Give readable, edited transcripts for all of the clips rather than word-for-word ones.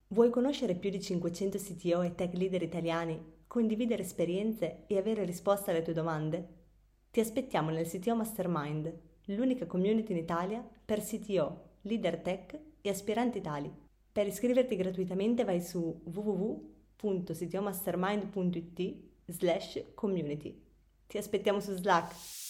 Vuoi conoscere più di 500 CTO e tech leader italiani, condividere esperienze e avere risposte alle tue domande? Ti aspettiamo nel CTO Mastermind, l'unica community in Italia per CTO, leader tech e aspiranti tali. Per iscriverti gratuitamente vai su www.ctomastermind.it/community. Ti aspettiamo su Slack.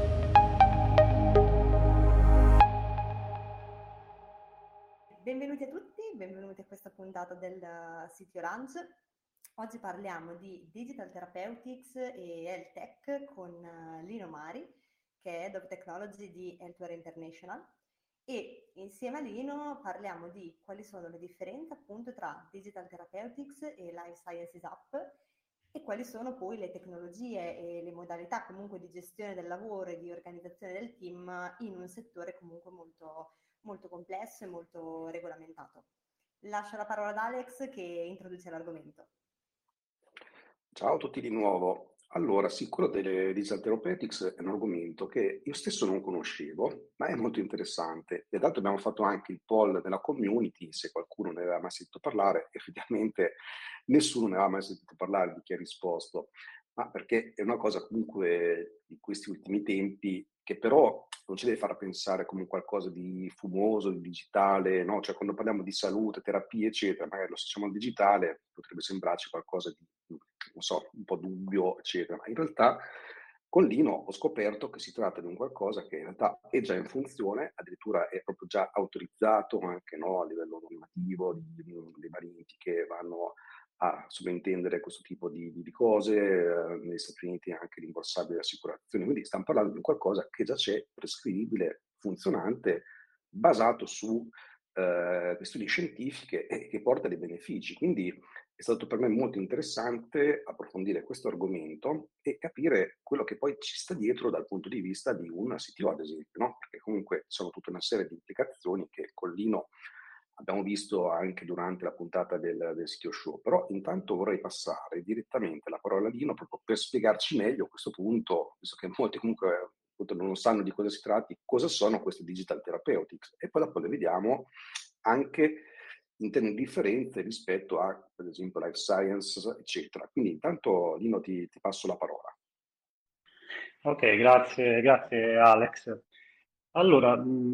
Benvenuti a tutti, benvenuti a questa puntata del City Orange. Oggi parliamo di Digital Therapeutics e Health Tech con Lino Mari, che è Head of Technology di Healthware International, e insieme a Lino parliamo di quali sono le differenze appunto tra Digital Therapeutics e Life Sciences App e quali sono poi le tecnologie e le modalità comunque di gestione del lavoro e di organizzazione del team in un settore comunque molto complesso e molto regolamentato. Lascio la parola ad Alex che introduce l'argomento. Ciao a tutti di nuovo. Allora, sì, quello delle digital therapeutics è un argomento che io stesso non conoscevo, ma è molto interessante. E dato abbiamo fatto anche il poll della community, se qualcuno ne aveva mai sentito parlare, effettivamente nessuno ne aveva mai sentito parlare di chi ha risposto, ma perché è una cosa comunque di questi ultimi tempi che però non ci deve far pensare come qualcosa di fumoso, di digitale, no? Cioè quando parliamo di salute, terapie, eccetera, magari lo associamo al digitale, potrebbe sembrarci qualcosa di, non so, un po' dubbio, eccetera, ma in realtà con Lino ho scoperto che si tratta di un qualcosa che in realtà è già in funzione, addirittura è proprio già autorizzato anche, no, a livello normativo, dei vari enti che vanno a sovrintendere questo tipo di cose, negli Stati Uniti è anche rimborsabile assicurazioni, quindi stiamo parlando di un qualcosa che già c'è, prescrivibile, funzionante, basato su questioni scientifiche e che porta dei benefici. Quindi è stato per me molto interessante approfondire questo argomento e capire quello che poi ci sta dietro dal punto di vista di un CTO, ad esempio, no? Perché comunque sono tutta una serie di implicazioni che con Lino abbiamo visto anche durante la puntata del CTO Show. Però intanto vorrei passare direttamente la parola a Lino proprio per spiegarci meglio a questo punto, visto che molti comunque appunto non sanno di cosa si tratti, cosa sono queste digital therapeutics e poi dopo le vediamo anche in termini di differenze rispetto a, per esempio, life science, eccetera. Quindi intanto, Lino, ti passo la parola. Ok, grazie Alex. Allora,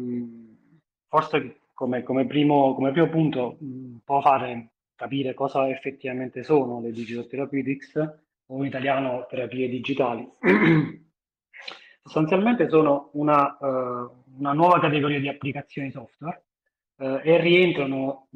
forse come primo punto può fare capire cosa effettivamente sono le digital therapeutics, o in italiano terapie digitali. Sostanzialmente sono una nuova categoria di applicazioni software e rientrano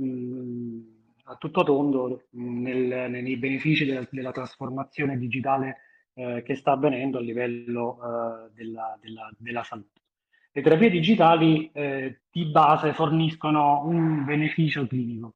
a tutto tondo nei benefici della trasformazione digitale che sta avvenendo a livello della salute. Le terapie digitali di base forniscono un beneficio clinico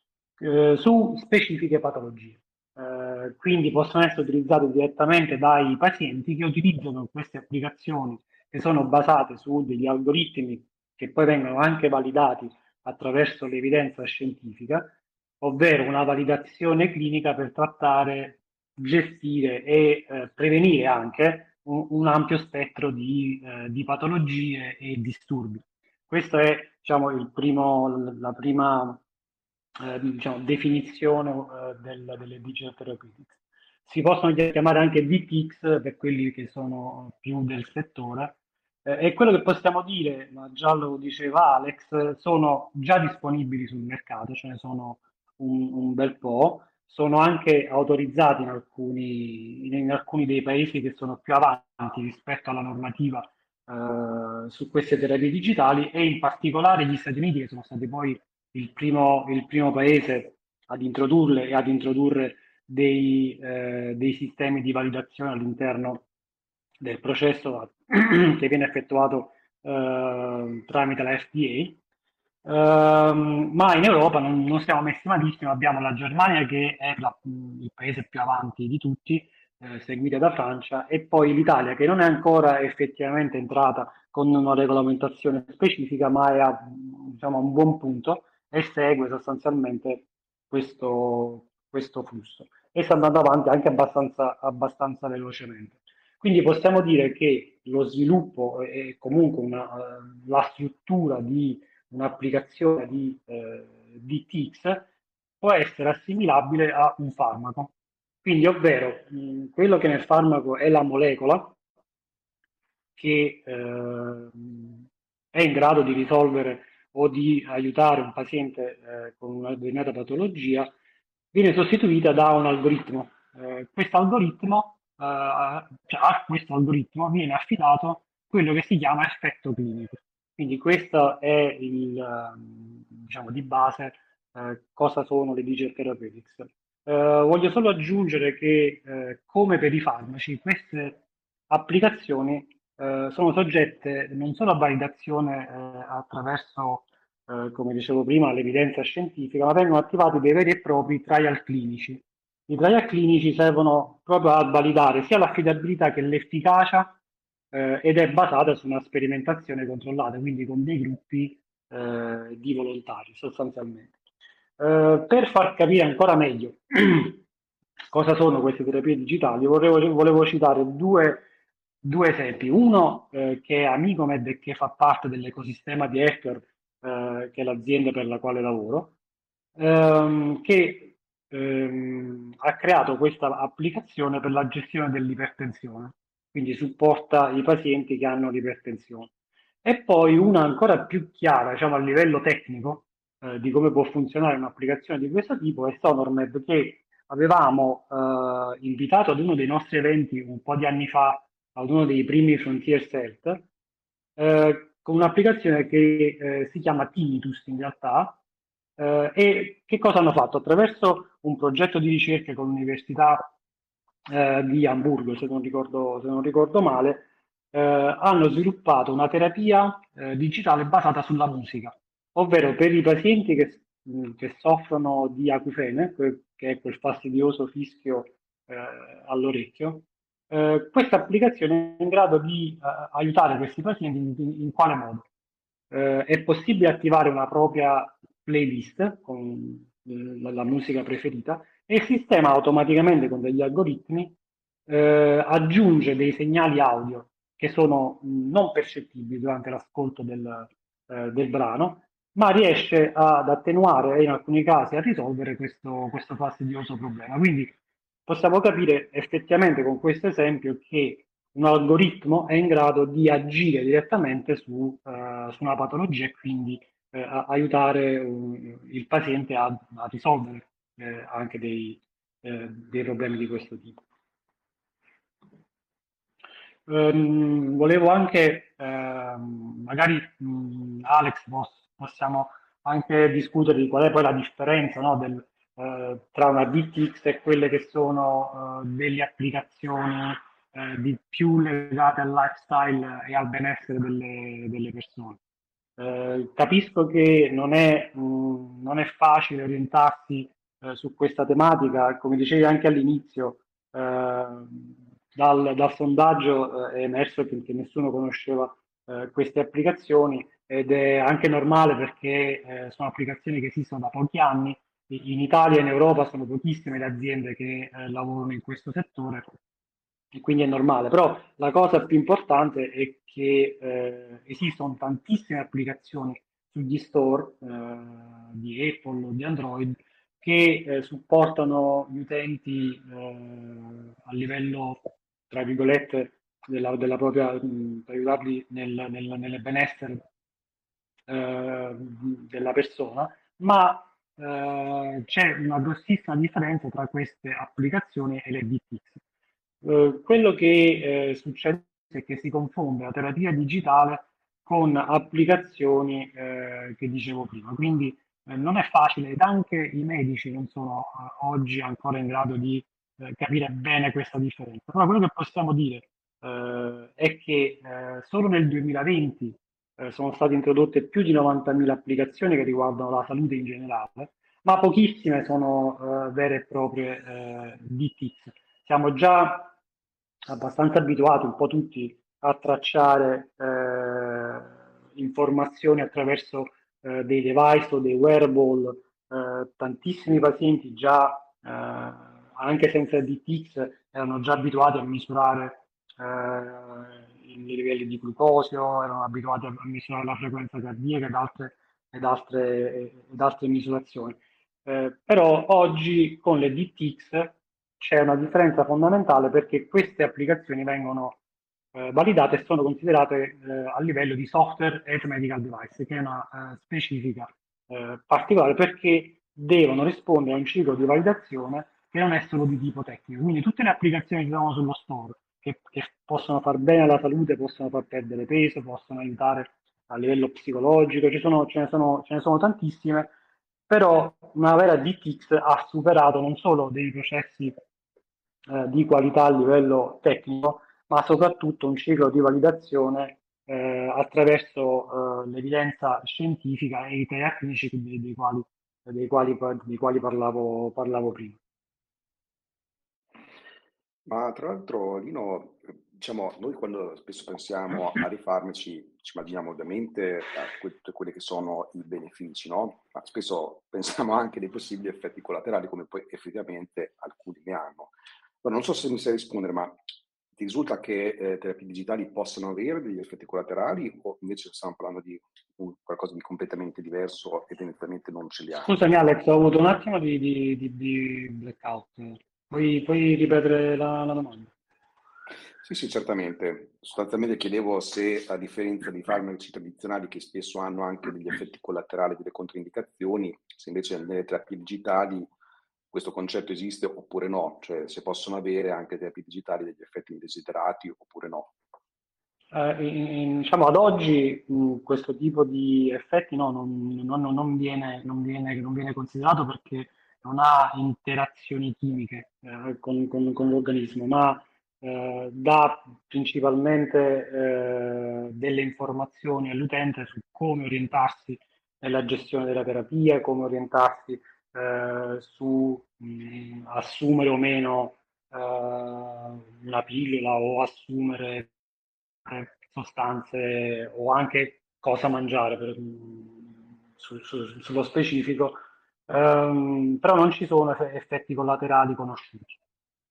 su specifiche patologie. Quindi possono essere utilizzate direttamente dai pazienti che utilizzano queste applicazioni che sono basate su degli algoritmi che poi vengono anche validati attraverso l'evidenza scientifica, ovvero una validazione clinica per trattare, gestire e prevenire anche un ampio spettro di patologie e disturbi. Questa è, diciamo, la prima diciamo, definizione delle digital therapeutics. Si possono chiamare anche DTX per quelli che sono più del settore. E quello che possiamo dire, ma già lo diceva Alex, sono già disponibili sul mercato, ce ne sono un bel po', sono anche autorizzati in alcuni dei paesi che sono più avanti rispetto alla normativa su queste terapie digitali, e in particolare gli Stati Uniti, che sono stati poi il primo paese ad introdurle e ad introdurre dei sistemi di validazione all'interno del processo che viene effettuato tramite la FDA. Ma in Europa non siamo messi malissimo, abbiamo la Germania che è il paese più avanti di tutti, seguita da Francia, e poi l'Italia che non è ancora effettivamente entrata con una regolamentazione specifica, ma è diciamo, a un buon punto e segue sostanzialmente questo flusso e sta andando avanti anche abbastanza velocemente. Quindi possiamo dire che lo sviluppo e comunque la struttura di un'applicazione di TX può essere assimilabile a un farmaco. Quindi, ovvero, quello che nel farmaco è la molecola che è in grado di risolvere o di aiutare un paziente con una determinata patologia, viene sostituita da un algoritmo. Questo algoritmo, cioè a questo algoritmo viene affidato quello che si chiama effetto clinico. Quindi questo è il, diciamo, di base cosa sono le digital therapeutics. Voglio solo aggiungere che, come per i farmaci, queste applicazioni sono soggette non solo a validazione attraverso, come dicevo prima, l'evidenza scientifica, ma vengono attivati dei veri e propri trial clinici. I trial clinici servono proprio a validare sia l'affidabilità che l'efficacia ed è basata su una sperimentazione controllata, quindi con dei gruppi di volontari sostanzialmente. Per far capire ancora meglio cosa sono queste terapie digitali, volevo citare due esempi. Uno che è Amicomed e che fa parte dell'ecosistema di Healthcare, che è l'azienda per la quale lavoro, che ha creato questa applicazione per la gestione dell'ipertensione, quindi supporta i pazienti che hanno l'ipertensione. E poi una ancora più chiara, diciamo a livello tecnico, di come può funzionare un'applicazione di questo tipo è Sonormed, che avevamo invitato ad uno dei nostri eventi un po' di anni fa, ad uno dei primi Frontier Health, con un'applicazione che si chiama Tinnitus in realtà. E che cosa hanno fatto? Attraverso un progetto di ricerca con l'Università di Amburgo, se non ricordo male, hanno sviluppato una terapia digitale basata sulla musica, ovvero per i pazienti che soffrono di acufene, che è quel fastidioso fischio eh, all'orecchio. Questa applicazione è in grado di aiutare questi pazienti in quale modo? È possibile attivare una propria playlist con la musica preferita e il sistema automaticamente con degli algoritmi aggiunge dei segnali audio che sono non percettibili durante l'ascolto del brano, ma riesce ad attenuare e in alcuni casi a risolvere questo fastidioso problema. Quindi possiamo capire effettivamente con questo esempio che un algoritmo è in grado di agire direttamente su una patologia e quindi aiutare il paziente a risolvere anche dei problemi di questo tipo. Volevo anche, magari Alex, possiamo anche discutere di qual è poi la differenza, no, tra una DTX e quelle che sono delle applicazioni di più legate al lifestyle e al benessere delle persone. Capisco che non è facile orientarsi su questa tematica, come dicevi anche all'inizio, dal sondaggio è emerso che nessuno conosceva queste applicazioni ed è anche normale perché sono applicazioni che esistono da pochi anni. In Italia e in Europa sono pochissime le aziende che lavorano in questo settore e quindi è normale. Però la cosa più importante è che esistono tantissime applicazioni sugli store di Apple o di Android che supportano gli utenti a livello, tra virgolette, della propria, per aiutarli nel benessere della persona, ma c'è una grossissima differenza tra queste applicazioni e le DTX. Quello che succede è che si confonde la terapia digitale con applicazioni che dicevo prima, quindi non è facile ed anche i medici non sono oggi ancora in grado di capire bene questa differenza. Però quello che possiamo dire è che solo nel 2020 sono state introdotte più di 90.000 applicazioni che riguardano la salute in generale, ma pochissime sono vere e proprie DTX. Siamo già abbastanza abituati, un po' tutti, a tracciare informazioni attraverso dei device o dei wearable. Tantissimi pazienti già, anche senza DTX, erano già abituati a misurare i livelli di glucosio, erano abituati a misurare la frequenza cardiaca ed altre misurazioni. Però oggi con le DTX c'è una differenza fondamentale perché queste applicazioni vengono validate e sono considerate a livello di software as medical device, che è una specifica particolare perché devono rispondere a un ciclo di validazione che non è solo di tipo tecnico. Quindi tutte le applicazioni che sono sullo store, che possono far bene alla salute, possono far perdere peso, possono aiutare a livello psicologico, ce ne sono tantissime, però una vera DTX ha superato non solo dei processi di qualità a livello tecnico, ma soprattutto un ciclo di validazione attraverso l'evidenza scientifica e i tecnici dei quali parlavo prima. Ma tra l'altro, Lino, diciamo, noi quando spesso pensiamo a dei farmaci ci immaginiamo ovviamente tutti quelli che sono i benefici, no? Ma spesso pensiamo anche dei possibili effetti collaterali, come poi effettivamente alcuni ne hanno. Ora, non so se mi sai rispondere, ma ti risulta che terapie digitali possano avere degli effetti collaterali o invece stiamo parlando di qualcosa di completamente diverso e tendenzialmente non ce li hanno? Scusami Alex, ho avuto un attimo di blackout. Puoi ripetere la domanda? Sì, sì, certamente. Sostanzialmente chiedevo se, a differenza di farmaci tradizionali che spesso hanno anche degli effetti collaterali, delle controindicazioni, se invece nelle terapie digitali questo concetto esiste oppure no, cioè se possono avere anche terapie digitali degli effetti indesiderati oppure no. Diciamo, ad oggi questo tipo di effetti no, non viene considerato perché non ha interazioni chimiche con l'organismo, ma dà principalmente delle informazioni all'utente su come orientarsi nella gestione della terapia, come orientarsi su assumere o meno una pillola o assumere sostanze o anche cosa mangiare sullo specifico, però non ci sono effetti collaterali conosciuti.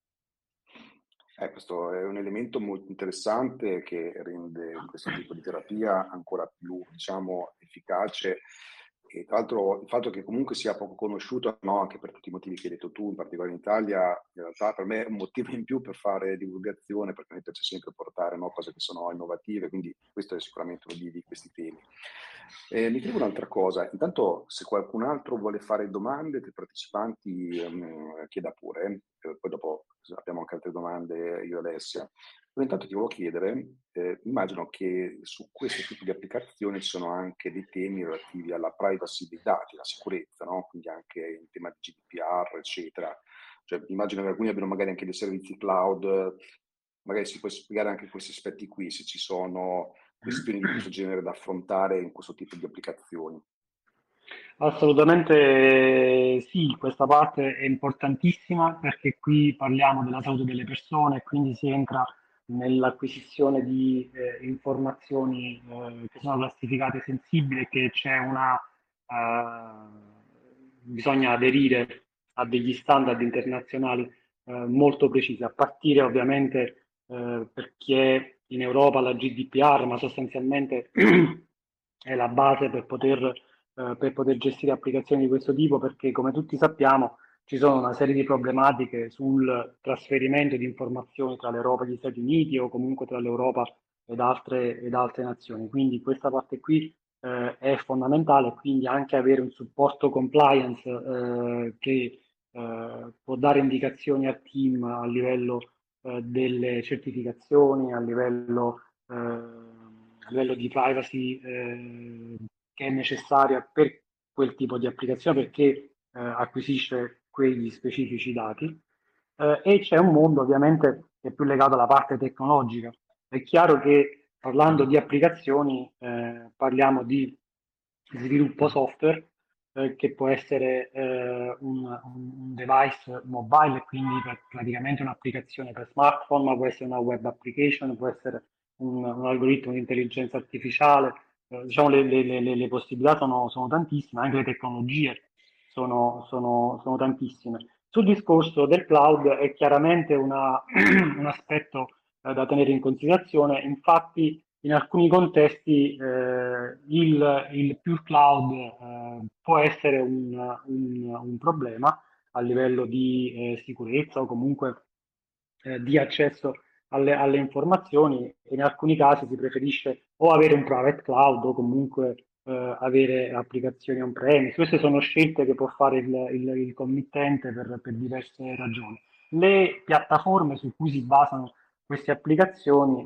Questo è un elemento molto interessante che rende questo tipo di terapia ancora più, diciamo, efficace. E tra l'altro il fatto che comunque sia poco conosciuto, no, anche per tutti i motivi che hai detto tu, in particolare in Italia, in realtà per me è un motivo in più per fare divulgazione, perché mi piace sempre portare, no, cose che sono innovative, quindi questo è sicuramente uno di questi temi. Mi chiedo un'altra cosa, intanto se qualcun altro vuole fare domande, i partecipanti chieda pure, poi dopo abbiamo anche altre domande io e Alessia. Però intanto ti volevo chiedere, immagino che su questo tipo di applicazioni ci sono anche dei temi relativi alla privacy dei dati, la sicurezza, no? Quindi anche in tema di GDPR, eccetera. Cioè, immagino che alcuni abbiano magari anche dei servizi cloud, magari si può spiegare anche questi aspetti qui, se ci sono questioni di questo genere da affrontare in questo tipo di applicazioni. Assolutamente sì, questa parte è importantissima perché qui parliamo della salute delle persone e quindi si entra nell'acquisizione di informazioni che sono classificate sensibili e che bisogna aderire a degli standard internazionali molto precisi, a partire ovviamente per chi è in Europa la GDPR, ma sostanzialmente è la base per poter gestire applicazioni di questo tipo, perché come tutti sappiamo ci sono una serie di problematiche sul trasferimento di informazioni tra l'Europa e gli Stati Uniti o comunque tra l'Europa ed altre nazioni. Quindi questa parte qui è fondamentale, quindi anche avere un supporto compliance che può dare indicazioni al team a livello delle certificazioni, a livello di privacy che è necessaria per quel tipo di applicazione perché acquisisce quegli specifici dati. E c'è un mondo ovviamente che è più legato alla parte tecnologica. È chiaro che parlando di applicazioni parliamo di sviluppo software che può essere un device mobile, quindi praticamente un'applicazione per smartphone, ma può essere una web application, può essere un algoritmo di intelligenza artificiale. Diciamo le possibilità sono tantissime, anche le tecnologie sono tantissime. Sul discorso del cloud è chiaramente un aspetto da tenere in considerazione, infatti in alcuni contesti il pure cloud può essere un problema a livello di sicurezza o comunque di accesso alle informazioni, e in alcuni casi si preferisce o avere un private cloud o comunque avere applicazioni on-premise. Queste sono scelte che può fare il committente per diverse ragioni. Le piattaforme su cui si basano queste applicazioni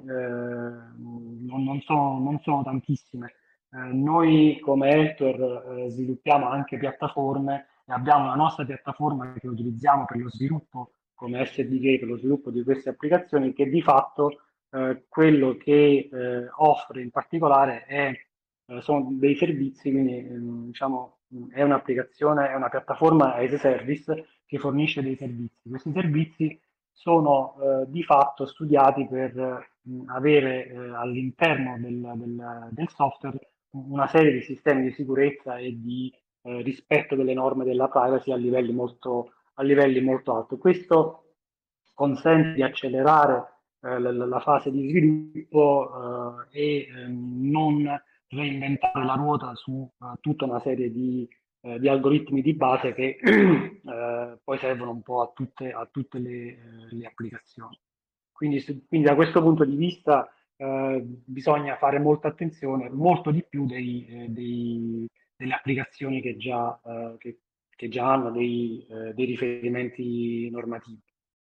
non sono tantissime. Noi come Eltor sviluppiamo anche piattaforme e abbiamo la nostra piattaforma che utilizziamo per lo sviluppo come SDK, per lo sviluppo di queste applicazioni, che di fatto quello che offre in particolare sono dei servizi, quindi diciamo è un'applicazione, è una piattaforma as a service che fornisce dei servizi. Questi servizi sono di fatto studiati per avere all'interno del software una serie di sistemi di sicurezza e di rispetto delle norme della privacy a livelli molto alti. Questo consente di accelerare la fase di sviluppo e non reinventare la ruota su tutta una serie di algoritmi di base che poi servono un po' a tutte le applicazioni. Quindi da questo punto di vista bisogna fare molta attenzione, molto di più delle applicazioni che già hanno dei riferimenti normativi.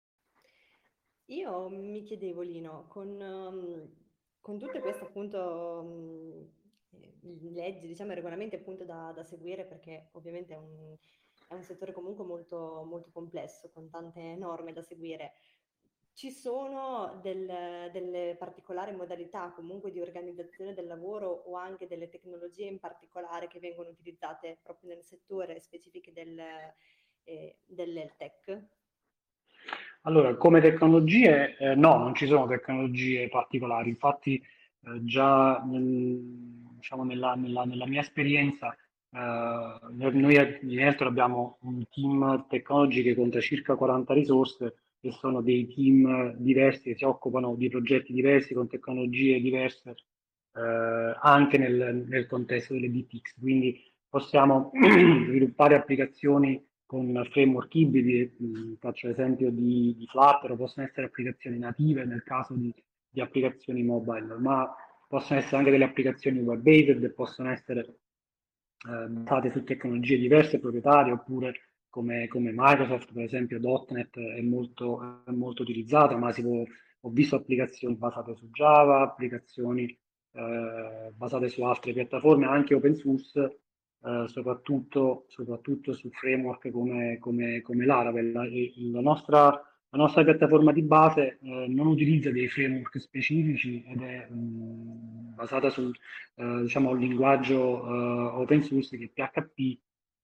Io mi chiedevo, Lino, con tutte queste appunto leggi, diciamo, e regolamenti appunto da seguire, perché ovviamente è un settore comunque molto, molto complesso, con tante norme da seguire. Ci sono delle particolari modalità comunque di organizzazione del lavoro o anche delle tecnologie in particolare che vengono utilizzate proprio nel settore specifiche dell'health? Allora, come tecnologie, no, non ci sono tecnologie particolari. Infatti, già diciamo, nella mia esperienza, noi in Eltor abbiamo un team technology che conta circa 40 risorse e sono dei team diversi che si occupano di progetti diversi con tecnologie diverse, anche nel contesto delle DTX. Quindi possiamo sviluppare applicazioni con framework ibridi, faccio l'esempio di Flutter, possono essere applicazioni native nel caso di applicazioni mobile, ma possono essere anche delle applicazioni web-based, possono essere basate su tecnologie diverse, proprietarie, oppure come Microsoft, per esempio .NET è molto utilizzata, ma ho visto applicazioni basate su Java, applicazioni basate su altre piattaforme, anche open source, soprattutto su framework come Laravel. La nostra piattaforma di base non utilizza dei framework specifici ed è basata su diciamo, un linguaggio open source che è PHP,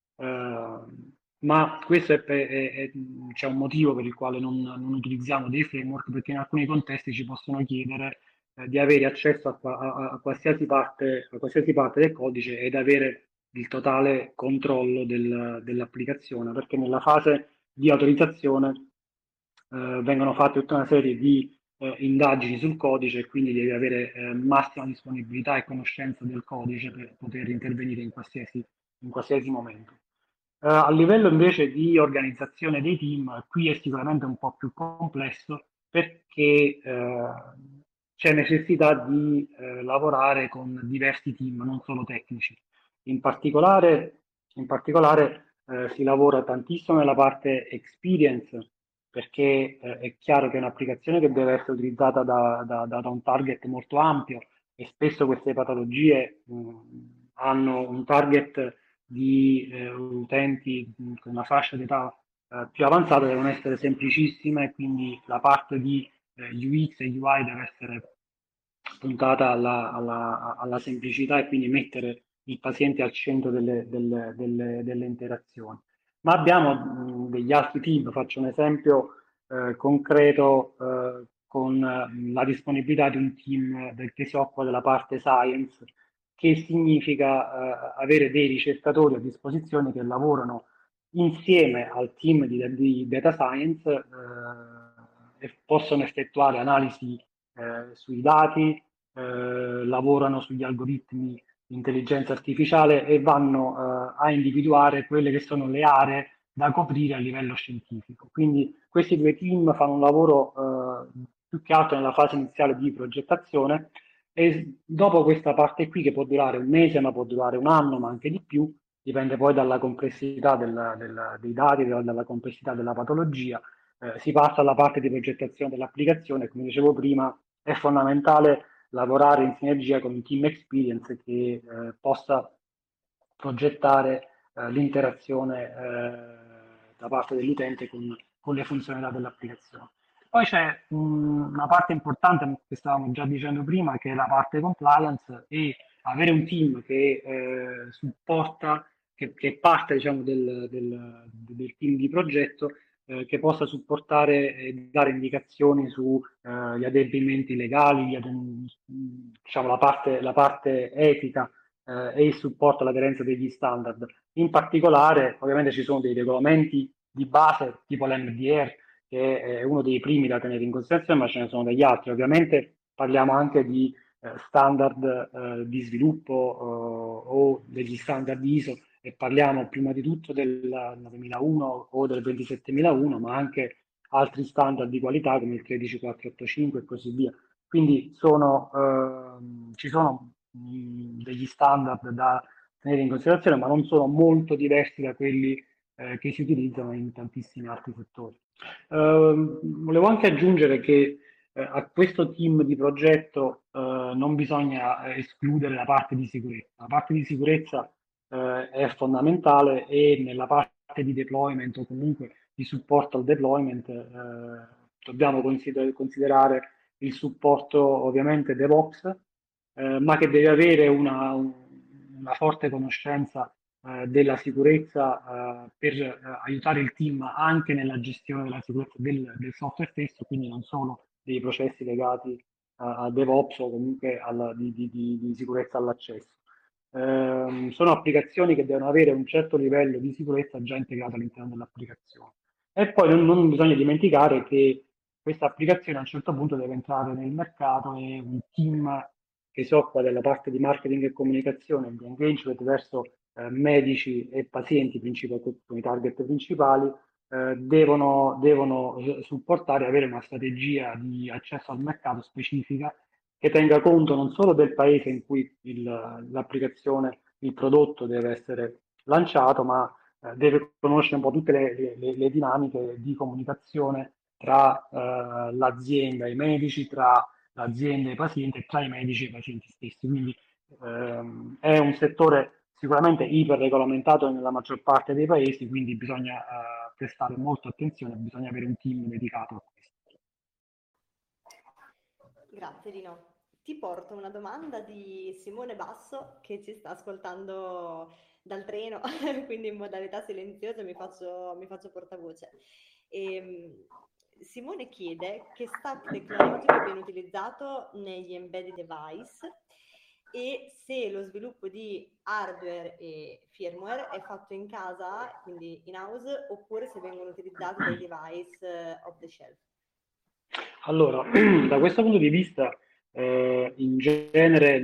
ma questo c'è un motivo per il quale non utilizziamo dei framework, perché in alcuni contesti ci possono chiedere di avere accesso a qualsiasi parte del codice ed avere il totale controllo dell'applicazione, perché nella fase di autorizzazione vengono fatte tutta una serie di indagini sul codice e quindi devi avere massima disponibilità e conoscenza del codice per poter intervenire in qualsiasi momento. A livello invece di organizzazione dei team, qui è sicuramente un po' più complesso perché c'è necessità di lavorare con diversi team, non solo tecnici. In particolare si lavora tantissimo nella parte experience, perché è chiaro che è un'applicazione che deve essere utilizzata da un target molto ampio e spesso queste patologie hanno un target di utenti con una fascia d'età più avanzata, devono essere semplicissime, e quindi la parte di UX e UI deve essere puntata alla semplicità e quindi mettere il paziente al centro delle interazioni. Ma abbiamo degli altri team, faccio un esempio concreto con la disponibilità di un team che si occupa della parte science, che significa avere dei ricercatori a disposizione che lavorano insieme al team di data science e possono effettuare analisi sui dati, lavorano sugli algoritmi di intelligenza artificiale e vanno a individuare quelle che sono le aree da coprire a livello scientifico. Quindi questi due team fanno un lavoro più che altro nella fase iniziale di progettazione e dopo questa parte qui, che può durare un mese, ma può durare un anno, ma anche di più, dipende poi dalla complessità dei dati, dalla complessità della patologia, si passa alla parte di progettazione dell'applicazione. Come dicevo prima, è fondamentale lavorare in sinergia con un team experience che possa progettare l'interazione da parte dell'utente con le funzionalità dell'applicazione. Poi c'è una parte importante che stavamo già dicendo prima, che è la parte compliance, e avere un team che supporta, che è parte diciamo, del team di progetto, che possa supportare e dare indicazioni su gli adempimenti legali, diciamo, la parte etica e il supporto all'aderenza degli standard. In particolare, ovviamente ci sono dei regolamenti di base, tipo l'MDR, che è uno dei primi da tenere in considerazione, ma ce ne sono degli altri. Ovviamente parliamo anche di standard di sviluppo o degli standard ISO, e parliamo prima di tutto del 9001 o del 27001, ma anche altri standard di qualità come il 13485 e così via. Quindi ci sono degli standard da tenere in considerazione, ma non sono molto diversi da quelli che si utilizzano in tantissimi altri settori. Volevo anche aggiungere che a questo team di progetto non bisogna escludere la parte di sicurezza. La parte di sicurezza è fondamentale, e nella parte di deployment o comunque di supporto al deployment dobbiamo considerare il supporto ovviamente DevOps, ma che deve avere una forte conoscenza della sicurezza per aiutare il team anche nella gestione della sicurezza del software stesso, quindi non solo dei processi legati a DevOps o comunque di sicurezza all'accesso. Sono applicazioni che devono avere un certo livello di sicurezza già integrato all'interno dell'applicazione. E poi non bisogna dimenticare che questa applicazione a un certo punto deve entrare nel mercato, e un team che si occupa della parte di marketing e comunicazione, di engagement verso medici e pazienti come i target principali, devono supportare e avere una strategia di accesso al mercato specifica, che tenga conto non solo del paese in cui l'applicazione, il prodotto deve essere lanciato, ma deve conoscere un po' tutte le dinamiche di comunicazione tra l'azienda e i medici, tra l'azienda e i pazienti e tra i medici e i pazienti stessi. Quindi è un settore sicuramente iperregolamentato nella maggior parte dei paesi, quindi bisogna prestare molta attenzione, bisogna avere un team dedicato a questo. Grazie Lino. Ti porto una domanda di Simone Basso, che ci sta ascoltando dal treno, quindi in modalità silenziosa mi faccio portavoce. Simone chiede che stack tecnologico viene utilizzato negli embedded device, e se lo sviluppo di hardware e firmware è fatto in casa, quindi in house, oppure se vengono utilizzati dei device off the shelf. Allora, da questo punto di vista, in genere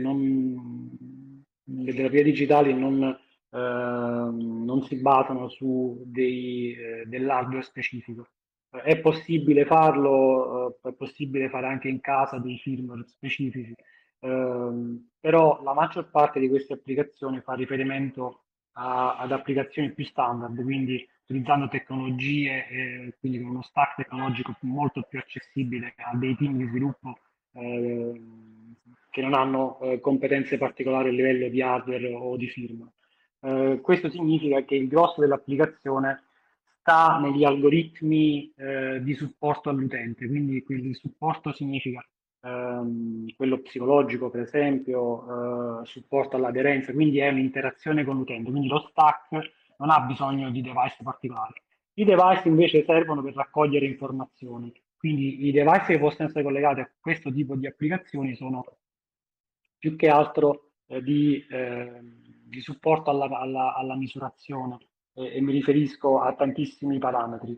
le terapie digitali non si basano su dell'hardware specifico. È possibile farlo, è possibile fare anche in casa dei firmware specifici, però la maggior parte di queste applicazioni fa riferimento ad applicazioni più standard, quindi utilizzando tecnologie, quindi con uno stack tecnologico molto più accessibile a dei team di sviluppo eh, che non hanno competenze particolari a livello di hardware o di firmware. Questo significa che il grosso dell'applicazione sta negli algoritmi di supporto all'utente, quindi il supporto significa quello psicologico, per esempio, supporto all'aderenza, quindi è un'interazione con l'utente, quindi lo stack non ha bisogno di device particolari. I device invece servono per raccogliere informazioni, quindi i device che possono essere collegati a questo tipo di applicazioni sono più che altro di supporto alla misurazione, e mi riferisco a tantissimi parametri.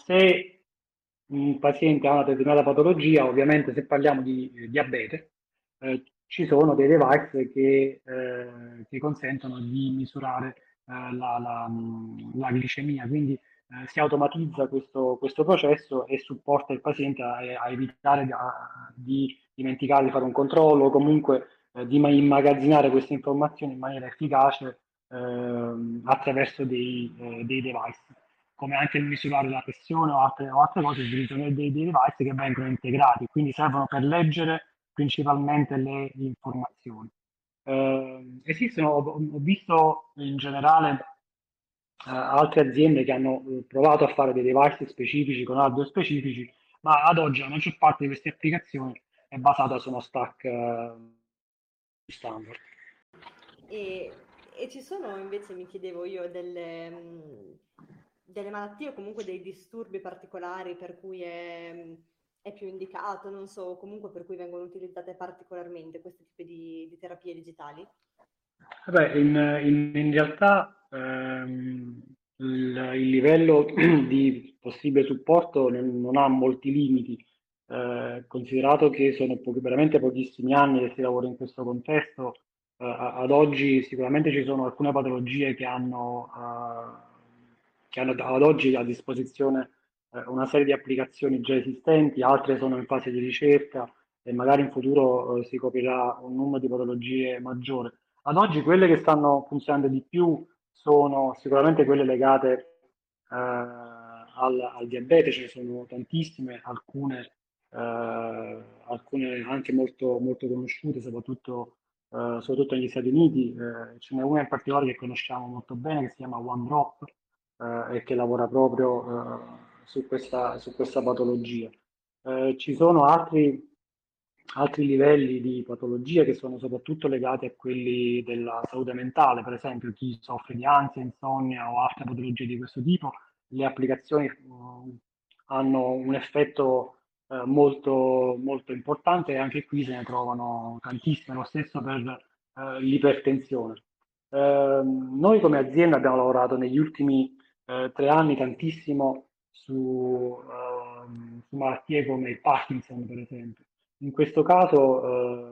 Se un paziente ha una determinata patologia, ovviamente se parliamo di diabete, ci sono dei device che consentono di misurare la glicemia, quindi si automatizza questo processo e supporta il paziente a evitare di dimenticare di fare un controllo o comunque di immagazzinare queste informazioni in maniera efficace attraverso dei device, come anche il misurare la pressione o altre cose, utilizzano dei device che vengono integrati, quindi servono per leggere principalmente le informazioni. Esistono, ho visto in generale altre aziende che hanno provato a fare dei device specifici con hardware specifici, ma ad oggi la maggior parte di queste applicazioni è basata su uno stack standard. E ci sono invece, mi chiedevo io, delle malattie o comunque dei disturbi particolari per cui è più indicato, non so, o comunque per cui vengono utilizzate particolarmente questi tipi di terapie digitali? Vabbè, in realtà il livello di possibile supporto non ha molti limiti, considerato che sono veramente pochissimi anni che si lavora in questo contesto. Ad oggi sicuramente ci sono alcune patologie che hanno ad oggi a disposizione una serie di applicazioni già esistenti, altre sono in fase di ricerca e magari in futuro si coprirà un numero di patologie maggiore. Ad oggi quelle che stanno funzionando di più sono sicuramente quelle legate al diabete, ce ne sono tantissime, alcune anche molto, molto conosciute, soprattutto negli Stati Uniti. Ce n'è una in particolare che conosciamo molto bene, che si chiama OneDrop, e che lavora proprio su questa patologia. Ci sono altri livelli di patologie che sono soprattutto legati a quelli della salute mentale, per esempio chi soffre di ansia, insonnia o altre patologie di questo tipo, le applicazioni hanno un effetto molto, molto importante e anche qui se ne trovano tantissime, lo stesso per l'ipertensione. Noi come azienda abbiamo lavorato negli ultimi 3 anni tantissimo su malattie come il Parkinson, per esempio. In questo caso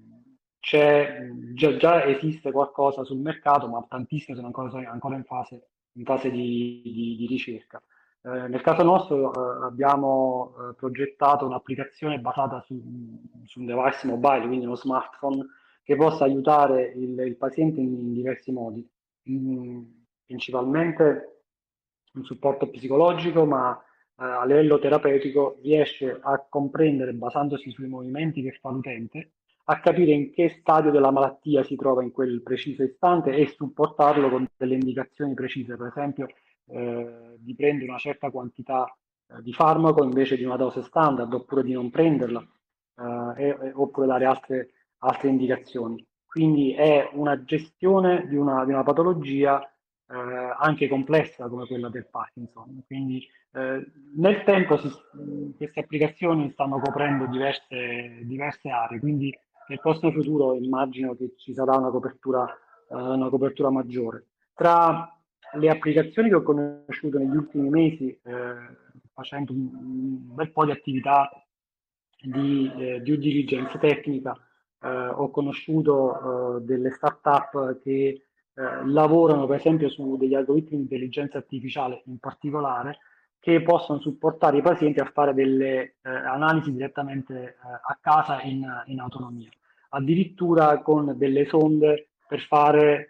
già esiste qualcosa sul mercato, ma tantissime sono ancora in fase di ricerca. Nel caso nostro abbiamo progettato un'applicazione basata su un device mobile, quindi uno smartphone, che possa aiutare il paziente in diversi modi, principalmente un supporto psicologico, ma a livello terapeutico riesce a comprendere, basandosi sui movimenti che fa l'utente, a capire in che stadio della malattia si trova in quel preciso istante e supportarlo con delle indicazioni precise, per esempio di prendere una certa quantità di farmaco invece di una dose standard, oppure di non prenderla, oppure dare altre indicazioni. Quindi è una gestione di una patologia anche complessa come quella del Parkinson. Quindi nel tempo queste applicazioni stanno coprendo diverse aree, quindi nel prossimo futuro immagino che ci sarà una copertura maggiore. Tra le applicazioni che ho conosciuto negli ultimi mesi, facendo un bel po' di attività di due diligence tecnica, ho conosciuto delle start-up che lavorano per esempio su degli algoritmi di intelligenza artificiale in particolare, che possono supportare i pazienti a fare delle analisi direttamente a casa in autonomia, addirittura con delle sonde per fare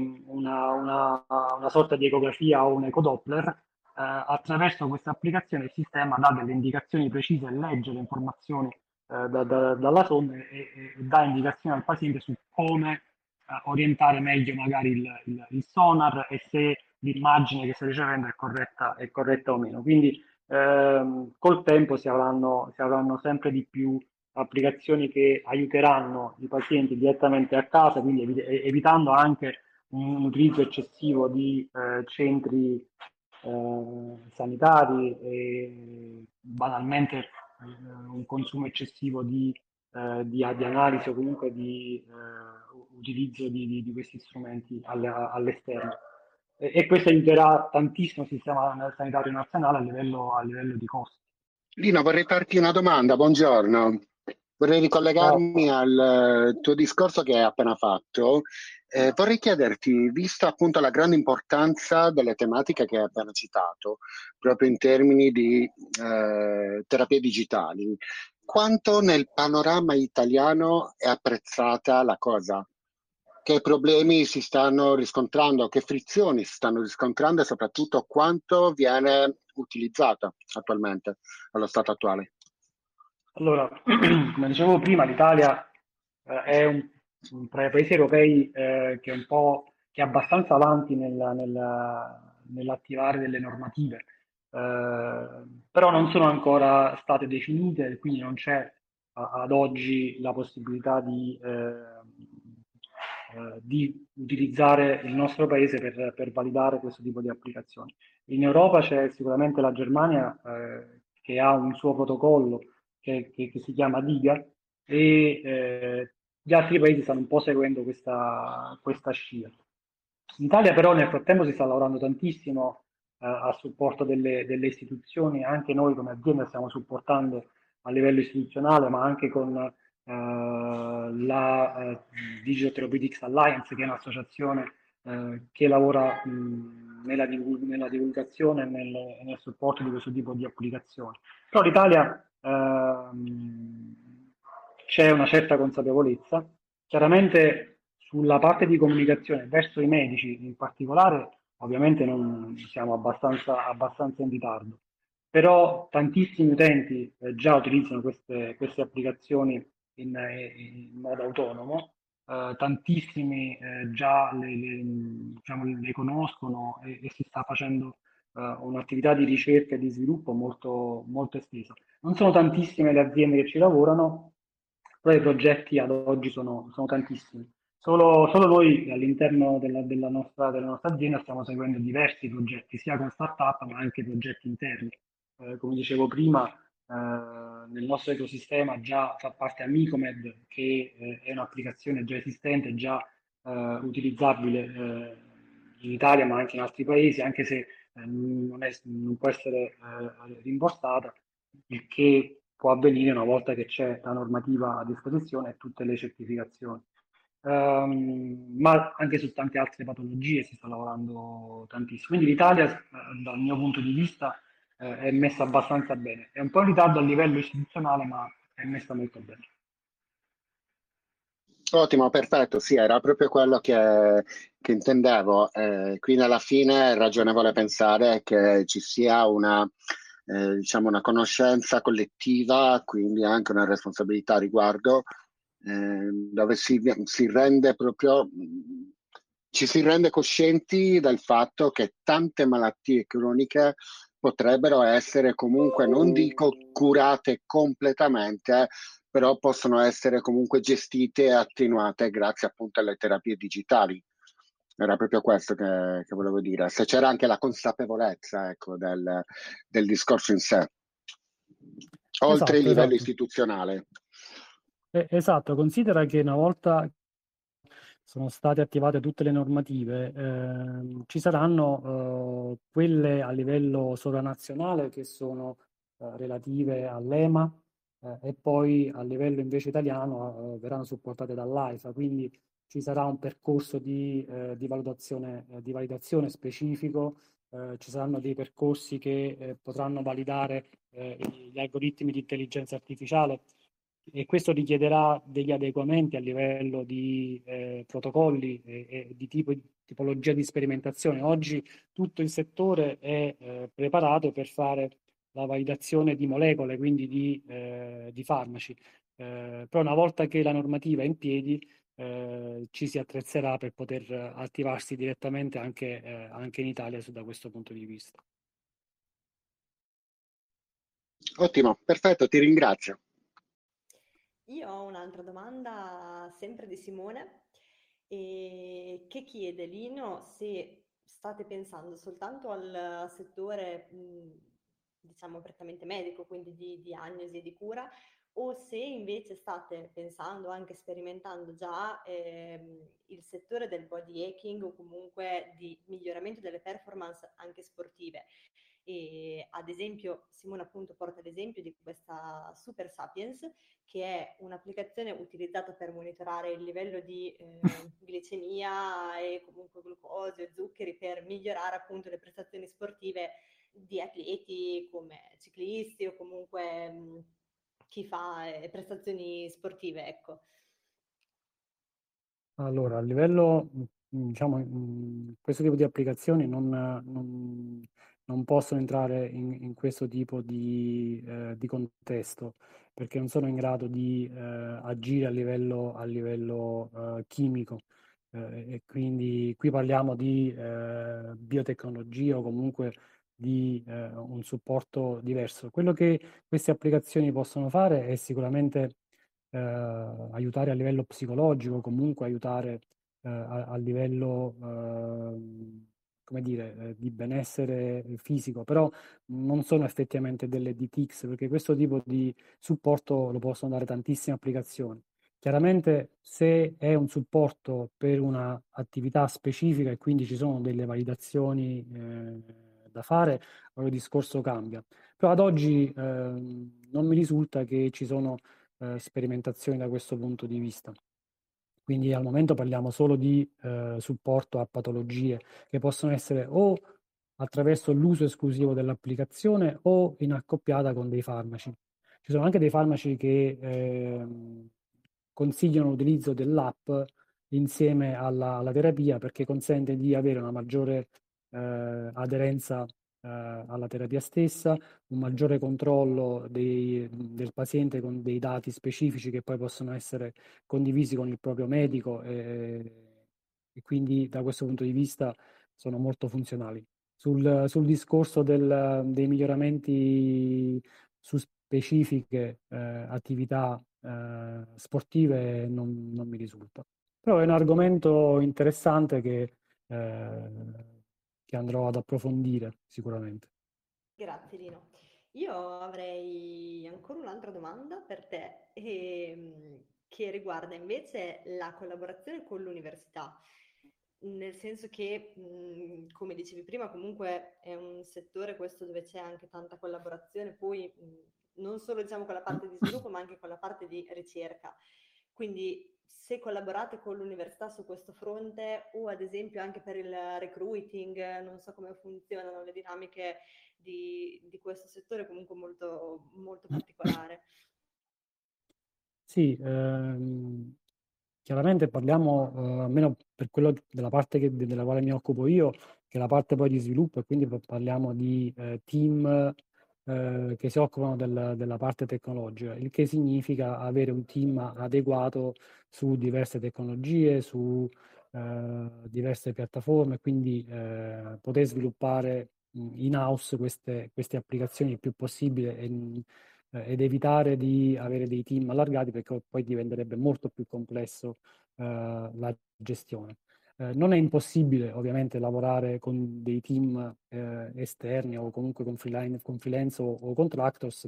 una sorta di ecografia o un ecodoppler. Attraverso questa applicazione il sistema dà delle indicazioni precise, legge le informazioni dalla sonda e dà indicazioni al paziente su come orientare meglio magari il sonar e se l'immagine che sta ricevendo è corretta o meno. Quindi col tempo si avranno sempre di più applicazioni che aiuteranno i pazienti direttamente a casa, quindi evitando anche un utilizzo eccessivo di centri sanitari e banalmente un consumo eccessivo di analisi o comunque di utilizzo di questi strumenti all'esterno. E questo aiuterà tantissimo il sistema sanitario nazionale a livello di costi. Lino, vorrei farti una domanda, buongiorno. Vorrei Ciao. ricollegarmi al tuo discorso che hai appena fatto. Vorrei chiederti, vista appunto la grande importanza delle tematiche che hai appena citato, proprio in termini di terapie digitali, quanto nel panorama italiano è apprezzata la cosa? Che problemi si stanno riscontrando, che frizioni si stanno riscontrando e soprattutto quanto viene utilizzata attualmente, allo stato attuale? Allora, come dicevo prima, l'Italia è tra i paesi europei che è un po' che è abbastanza avanti nell'attivare delle normative, però non sono ancora state definite, quindi non c'è ad oggi la possibilità di utilizzare il nostro paese per validare questo tipo di applicazioni. In Europa c'è sicuramente la Germania che ha un suo protocollo che si chiama DIGA e gli altri paesi stanno un po' seguendo questa scia. In Italia però nel frattempo si sta lavorando tantissimo a supporto delle istituzioni, anche noi come azienda stiamo supportando a livello istituzionale, ma anche con la Digital Therapeutics Alliance, che è un'associazione che lavora nella divulgazione e nel supporto di questo tipo di applicazioni. Però l'Italia c'è una certa consapevolezza, chiaramente sulla parte di comunicazione verso i medici in particolare, ovviamente non siamo abbastanza in ritardo, però tantissimi utenti già utilizzano queste applicazioni in modo autonomo, tantissimi già diciamo, le conoscono e si sta facendo un'attività di ricerca e di sviluppo molto estesa. Non sono tantissime le aziende che ci lavorano, però i progetti ad oggi sono tantissimi. Solo noi all'interno della nostra azienda stiamo seguendo diversi progetti, sia con startup ma anche progetti interni. Come dicevo prima, nel nostro ecosistema già fa parte Amicomed, che è un'applicazione già esistente, già utilizzabile in Italia ma anche in altri paesi, anche se non può essere rimborsata, il che può avvenire una volta che c'è la normativa a disposizione e tutte le certificazioni. Ma anche su tante altre patologie si sta lavorando tantissimo. Quindi l'Italia, dal mio punto di vista, è messa abbastanza bene. È un po' in ritardo a livello istituzionale, ma è messa molto bene. Ottimo, perfetto, sì, era proprio quello che intendevo. Quindi alla fine è ragionevole pensare che ci sia diciamo una conoscenza collettiva, quindi anche una responsabilità a riguardo, dove si rende proprio, ci si rende coscienti del fatto che tante malattie croniche potrebbero essere comunque, non dico curate completamente, però possono essere comunque gestite e attenuate grazie appunto alle terapie digitali. Era proprio questo che volevo dire. Se c'era anche la consapevolezza, ecco, del discorso in sé, oltre il Esatto, livello esatto. istituzionale. Esatto, considera che una volta sono state attivate tutte le normative, ci saranno quelle a livello sovranazionale che sono relative all'EMA e poi a livello invece italiano verranno supportate dall'AIFA, quindi ci sarà un percorso di validazione specifico, ci saranno dei percorsi che potranno validare gli algoritmi di intelligenza artificiale e questo richiederà degli adeguamenti a livello di protocolli e di tipologia di sperimentazione. Oggi tutto il settore è preparato per fare la validazione di molecole, quindi di farmaci. Però una volta che la normativa è in piedi, ci si attrezzerà per poter attivarsi direttamente anche in Italia da questo punto di vista. Ottimo, perfetto, ti ringrazio. Io ho un'altra domanda sempre di Simone che chiede Lino se state pensando soltanto al settore, diciamo, prettamente medico, quindi di diagnosi e di cura, o se invece state pensando, anche sperimentando già, il settore del body hacking o comunque di miglioramento delle performance anche sportive. E ad esempio Simone appunto porta l'esempio di questa Super Sapiens, che è un'applicazione utilizzata per monitorare il livello di glicemia e comunque glucosio e zuccheri per migliorare appunto le prestazioni sportive di atleti come ciclisti o comunque chi fa prestazioni sportive, ecco. Allora, a livello, diciamo, questo tipo di applicazioni non possono entrare in questo tipo di contesto, perché non sono in grado di agire a livello chimico. E quindi qui parliamo di biotecnologia o comunque di un supporto diverso. Quello che queste applicazioni possono fare è sicuramente aiutare a livello psicologico, comunque aiutare a livello, come dire, di benessere fisico, però non sono effettivamente delle DTX, perché questo tipo di supporto lo possono dare tantissime applicazioni. Chiaramente se è un supporto per un'attività specifica e quindi ci sono delle validazioni da fare, il discorso cambia. Però ad oggi non mi risulta che ci sono sperimentazioni da questo punto di vista. Quindi al momento parliamo solo di supporto a patologie che possono essere o attraverso l'uso esclusivo dell'applicazione o in accoppiata con dei farmaci. Ci sono anche dei farmaci che consigliano l'utilizzo dell'app insieme alla terapia perché consente di avere una maggiore aderenza alla terapia stessa, un maggiore controllo del paziente con dei dati specifici che poi possono essere condivisi con il proprio medico e quindi da questo punto di vista sono molto funzionali. Sul discorso dei miglioramenti su specifiche attività sportive non mi risulta. Però è un argomento interessante che andrò ad approfondire sicuramente. Grazie Lino. Io avrei ancora un'altra domanda per te che riguarda invece la collaborazione con l'università, nel senso che, come dicevi prima, comunque è un settore questo dove c'è anche tanta collaborazione, poi non solo diciamo con la parte di sviluppo, ma anche con la parte di ricerca. Quindi se collaborate con l'università su questo fronte o ad esempio anche per il recruiting, non so come funzionano le dinamiche di questo settore comunque molto, molto particolare. Sì, chiaramente parliamo, almeno per quello della parte della quale mi occupo io, che è la parte poi di sviluppo, e quindi parliamo di team che si occupano della parte tecnologica, il che significa avere un team adeguato su diverse tecnologie, su diverse piattaforme, quindi poter sviluppare in-house queste applicazioni il più possibile ed evitare di avere dei team allargati perché poi diventerebbe molto più complesso la gestione. Non è impossibile ovviamente lavorare con dei team esterni o comunque con freelance o contractors,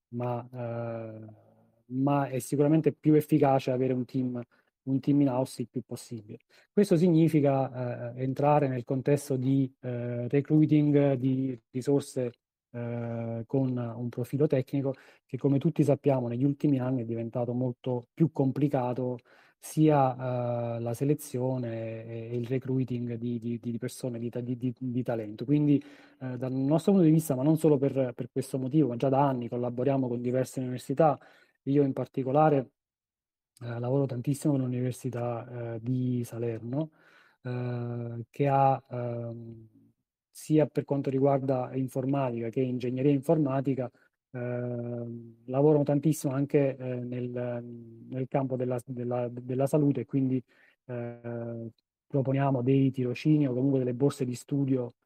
ma è sicuramente più efficace avere un team in-house il più possibile. Questo significa entrare nel contesto di recruiting di risorse con un profilo tecnico che, come tutti sappiamo, negli ultimi anni è diventato molto più complicato sia la selezione e il recruiting di persone di talento. Quindi dal nostro punto di vista, ma non solo per questo motivo, ma già da anni collaboriamo con diverse università, io in particolare lavoro tantissimo con l'Università di Salerno, che ha sia per quanto riguarda informatica che ingegneria informatica, lavorano tantissimo anche nel campo della salute, quindi proponiamo dei tirocini o comunque delle borse di studio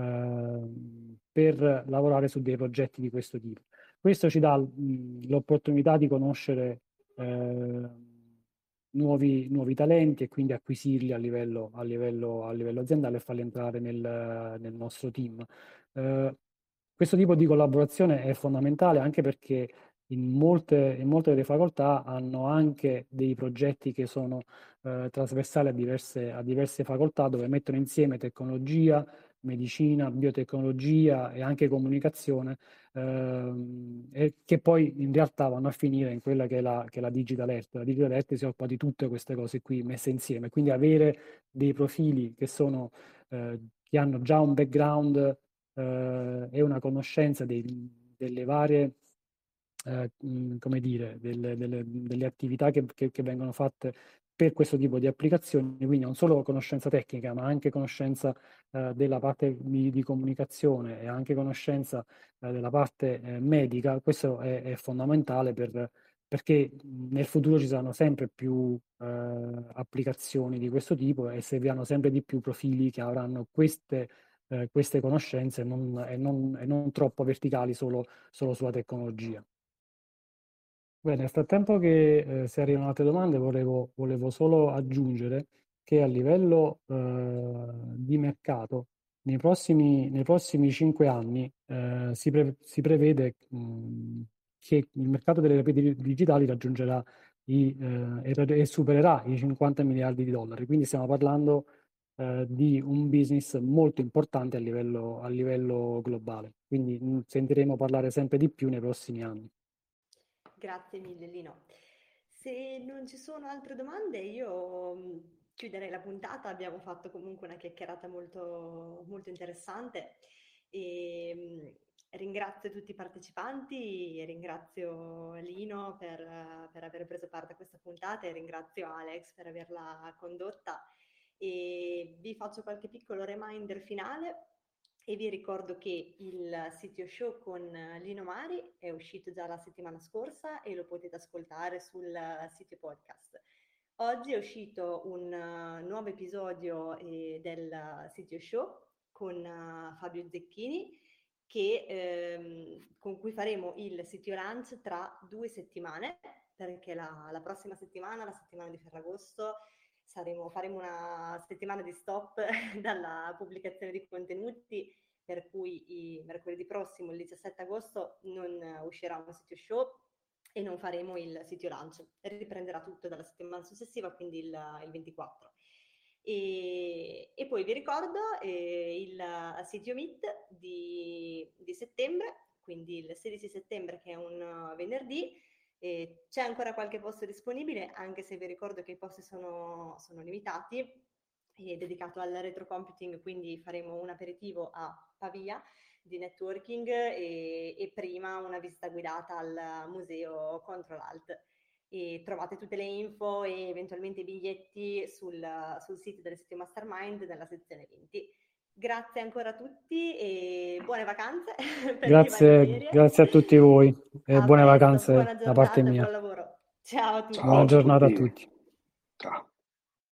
per lavorare su dei progetti di questo tipo. Questo ci dà l'opportunità di conoscere nuovi talenti e quindi acquisirli a livello aziendale e farli entrare nel nostro team. Questo tipo di collaborazione è fondamentale anche perché in molte delle facoltà hanno anche dei progetti che sono trasversali a diverse facoltà dove mettono insieme tecnologia, medicina, biotecnologia e anche comunicazione, e che poi in realtà vanno a finire in quella che è la Digital Health. La Digital Health si occupa di tutte queste cose qui messe insieme, quindi avere dei profili che hanno già un background e una conoscenza delle varie come dire, delle attività che vengono fatte per questo tipo di applicazioni, quindi non solo conoscenza tecnica, ma anche conoscenza della parte di comunicazione e anche conoscenza della parte medica. Questo è fondamentale perché nel futuro ci saranno sempre più applicazioni di questo tipo e serviranno sempre di più profili che avranno queste conoscenze e non troppo verticali solo sulla tecnologia. Beh, nel frattempo che si arrivano altre domande, volevo solo aggiungere che a livello di mercato, nei prossimi 5 anni si prevede che il mercato delle reti digitali raggiungerà e supererà i 50 miliardi di dollari. Quindi stiamo parlando di un business molto importante a livello globale. Quindi sentiremo parlare sempre di più nei prossimi anni. Grazie mille Lino. Se non ci sono altre domande, io chiuderei la puntata. Abbiamo fatto comunque una chiacchierata molto, molto interessante e ringrazio tutti i partecipanti, ringrazio Lino per aver preso parte a questa puntata e ringrazio Alex per averla condotta e vi faccio qualche piccolo reminder finale. E vi ricordo che il CTO Show con Lino Mari è uscito già la settimana scorsa e lo potete ascoltare sul sito podcast. Oggi è uscito un nuovo episodio del CTO Show con Fabio Zecchini con cui faremo il CTO Lunch tra 2 settimane, perché la prossima settimana, la settimana di Ferragosto, faremo una settimana di stop dalla pubblicazione di contenuti, per cui mercoledì prossimo, il 17 agosto, non uscirà un sito show e non faremo il sito lunch. Riprenderà tutto dalla settimana successiva, quindi il 24. E poi vi ricordo il sito meet di settembre, quindi il 16 settembre, che è un venerdì. C'è ancora qualche posto disponibile, anche se vi ricordo che i posti sono limitati, è dedicato al retro computing, quindi faremo un aperitivo a Pavia di networking e prima una visita guidata al museo Control Alt. E trovate tutte le info e eventualmente i biglietti sul sito del sito Mastermind nella sezione eventi. Grazie ancora a tutti e buone vacanze per chi va in ferie. Grazie a tutti voi e buone presto, vacanze buona da parte giornata, mia. buon lavoro. Ciao a tutti. Buona giornata a tutti. Ciao.